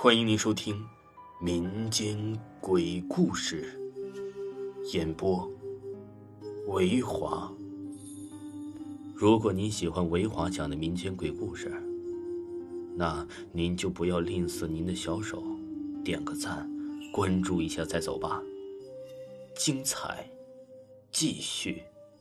欢迎您收听民间鬼故事演播维华。如果您喜欢维华讲的民间鬼故事，那您就不要吝啬您的小手，点个赞，关注一下再走吧。精彩继续。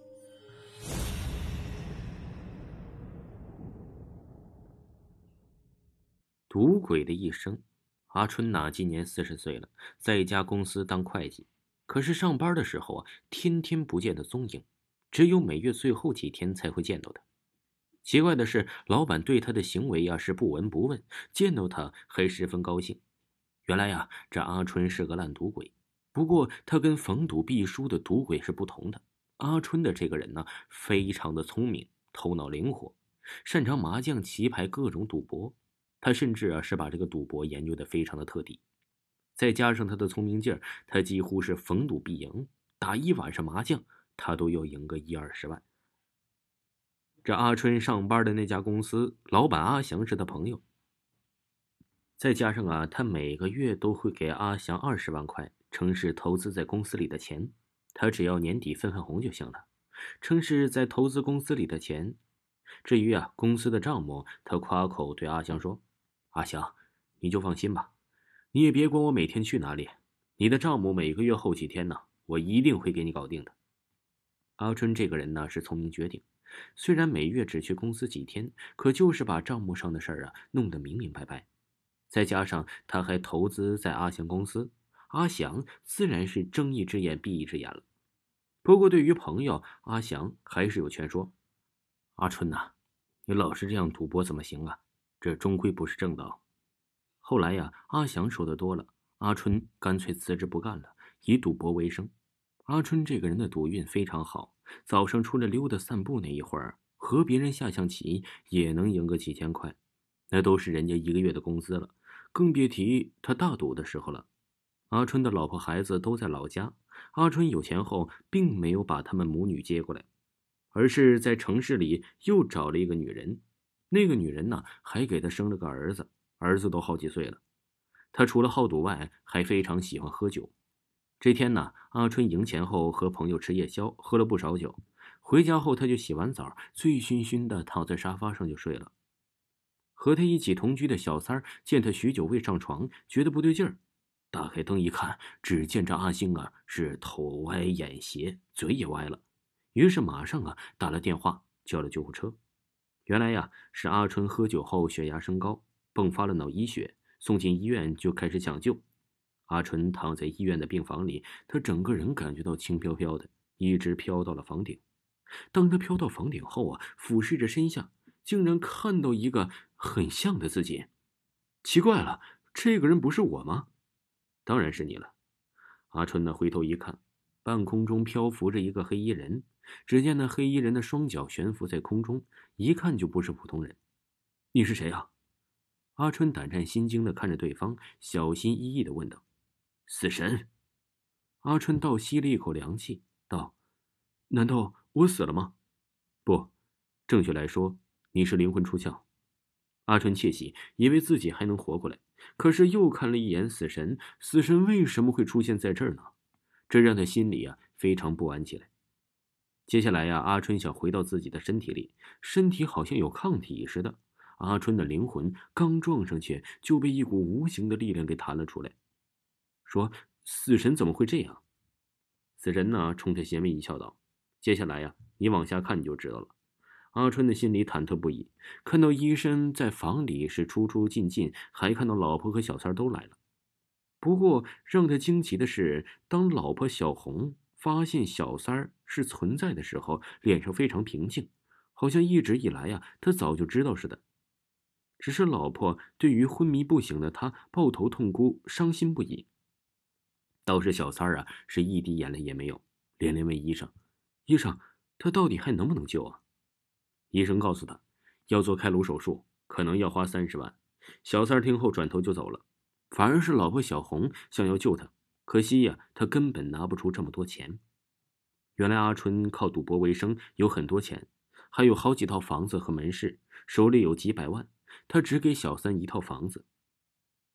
赌鬼的一生。阿春呐，今年40岁了，在一家公司当会计。可是上班的时候啊，天天不见他踪影，只有每月最后几天才会见到他。奇怪的是，老板对他的行为啊是不闻不问，见到他还十分高兴。原来呀，这阿春是个烂赌鬼。不过他跟逢赌必输的赌鬼是不同的。阿春的这个人呢，非常的聪明，头脑灵活，擅长麻将、棋牌各种赌博。他甚至是把这个赌博研究得非常的特地，再加上他的聪明劲儿，他几乎是逢赌必赢，打一晚上麻将他都要赢个10-20万。这阿春上班的那家公司老板阿祥是他朋友，再加上他每个月都会给阿祥20万块，称是投资在公司里的钱，他只要年底分红就行了，称是在投资公司里的钱。至于公司的账目，他夸口对阿祥说：“阿祥，你就放心吧，你也别管我每天去哪里，你的账目每个月后几天呢，我一定会给你搞定的。”阿春这个人呢是聪明绝顶，虽然每月只去公司几天，可就是把账目上的事儿弄得明明白白。再加上他还投资在阿祥公司，阿祥自然是睁一只眼闭一只眼了。不过对于朋友，阿祥还是有劝说：“阿春呐，你老是这样赌博怎么行啊？这终归不是正道。”后来阿祥说的多了，阿春干脆辞职不干了，以赌博为生。阿春这个人的赌运非常好，早上出来溜达散步那一会儿，和别人下象棋也能赢个几千块，那都是人家一个月的工资了，更别提他大赌的时候了。阿春的老婆孩子都在老家，阿春有钱后并没有把他们母女接过来，而是在城市里又找了一个女人。那个女人呢，还给他生了个儿子，儿子都好几岁了。他除了好赌外，还非常喜欢喝酒。这天呢，阿春赢钱后和朋友吃夜宵，喝了不少酒。回家后他就洗完澡，醉醺醺的躺在沙发上就睡了。和他一起同居的小三儿见他许久未上床，觉得不对劲儿，打开灯一看，只见这阿星是头歪眼斜，嘴也歪了。于是马上打了电话，叫了救护车。原来是阿春喝酒后血压升高，迸发了脑溢血，送进医院就开始抢救。阿春躺在医院的病房里，他整个人感觉到轻飘飘的，一直飘到了房顶。当他飘到房顶后俯视着身下，竟然看到一个很像的自己。奇怪了，这个人不是我吗？当然是你了。阿春回头一看，半空中漂浮着一个黑衣人，只见那黑衣人的双脚悬浮在空中，一看就不是普通人。你是谁啊？阿春胆战心惊地看着对方，小心翼翼地问道。死神。阿春倒吸了一口凉气，道：难道我死了吗？不，正确来说，你是灵魂出窍。阿春窃喜，以为自己还能活过来，可是又看了一眼死神，死神为什么会出现在这儿呢？这让他心里非常不安起来。接下来阿春想回到自己的身体里，身体好像有抗体似的。阿春的灵魂刚撞上去，就被一股无形的力量给弹了出来。说：死神怎么会这样？死神冲他邪魅一笑道：接下来你往下看你就知道了。阿春的心里忐忑不已，看到医生在房里是出出进进，还看到老婆和小三都来了。不过让他惊奇的是，当老婆小红发现小三是存在的时候，脸上非常平静，好像一直以来他早就知道似的。只是老婆对于昏迷不醒的他抱头痛哭，伤心不已。倒是小三是一滴眼泪也没有，连连问医生：医生，他到底还能不能救啊？医生告诉他，要做开颅手术，可能要花30万。小三听后转头就走了，反而是老婆小红想要救他，可惜他根本拿不出这么多钱。原来阿春靠赌博为生，有很多钱，还有好几套房子和门市，手里有几百万，他只给小三一套房子。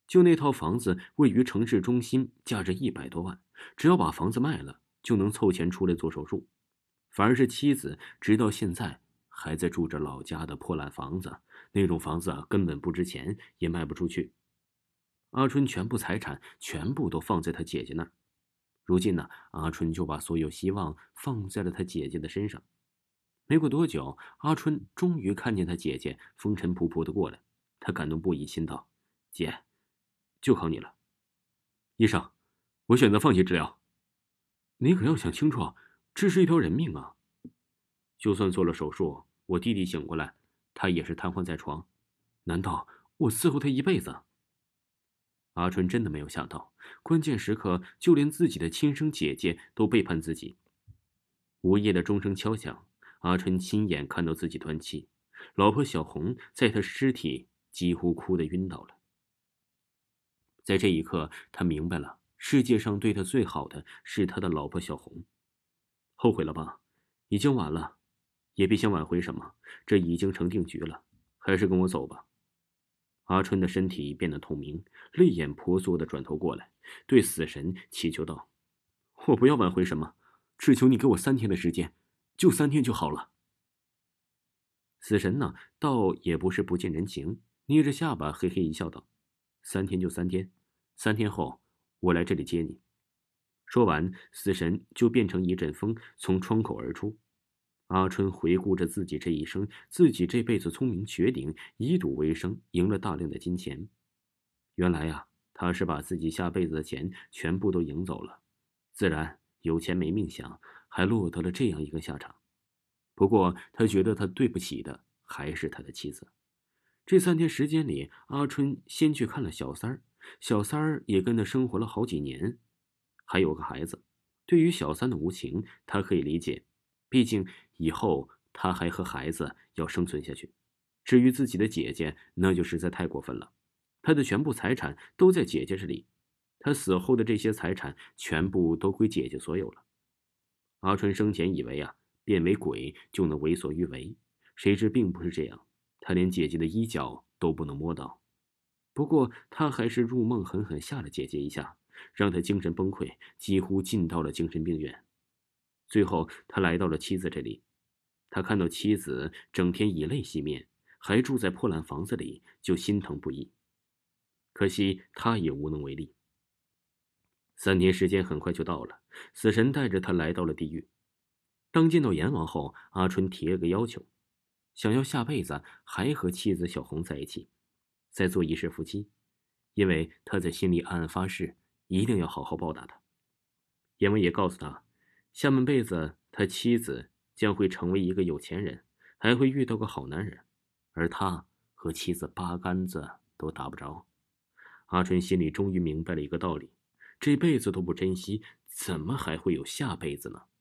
就那套房子位于城市中心，价值100多万，只要把房子卖了，就能凑钱出来做手术。反而是妻子直到现在还在住着老家的破烂房子，那种房子根本不值钱，也卖不出去。阿春全部财产全部都放在他姐姐那儿，如今呢，阿春就把所有希望放在了他姐姐的身上。没过多久，阿春终于看见他姐姐风尘仆仆的过来，他感动不已，心道：“姐，就靠你了。”医生，我选择放弃治疗。你可要想清楚，这是一条人命啊！就算做了手术，我弟弟醒过来，他也是瘫痪在床，难道我伺候他一辈子？阿春真的没有想到，关键时刻就连自己的亲生姐姐都背叛自己。午夜的钟声敲响，阿春亲眼看到自己断气，老婆小红在他尸体几乎哭得晕倒了。在这一刻，他明白了，世界上对他最好的是他的老婆小红。后悔了吧？已经晚了，也别想挽回什么，这已经成定局了，还是跟我走吧。阿春的身体变得透明，泪眼婆娑地转头过来，对死神祈求道：“我不要挽回什么，只求你给我3天的时间，就3天就好了。”死神呢，倒也不是不近人情，捏着下巴嘿嘿一笑道：“3天就3天，3天后我来这里接你。”说完，死神就变成一阵风从窗口而出。阿春回顾着自己这一生，自己这辈子聪明绝顶，以赌为生，赢了大量的金钱。原来啊，他是把自己下辈子的钱全部都赢走了，自然有钱没命享，还落得了这样一个下场。不过他觉得他对不起的还是他的妻子。这3天时间里，阿春先去看了小三儿，小三儿也跟他生活了好几年，还有个孩子。对于小三的无情，他可以理解，毕竟以后他还和孩子要生存下去。至于自己的姐姐，那就实在太过分了。他的全部财产都在姐姐这里，他死后的这些财产全部都归姐姐所有了。阿春生前以为变为鬼就能为所欲为，谁知并不是这样，他连姐姐的衣角都不能摸到。不过他还是入梦狠狠吓了姐姐一下，让她精神崩溃，几乎进到了精神病院。最后他来到了妻子这里，他看到妻子整天以泪洗面，还住在破烂房子里，就心疼不已。可惜他也无能为力。3天时间很快就到了，死神带着他来到了地狱。当见到阎王后，阿春提了个要求，想要下辈子还和妻子小红在一起，再做一世夫妻，因为他在心里暗暗发誓，一定要好好报答他。阎王也告诉他，下半辈子他妻子将会成为一个有钱人，还会遇到个好男人，而他和妻子八竿子都打不着。阿春心里终于明白了一个道理，这辈子都不珍惜，怎么还会有下辈子呢？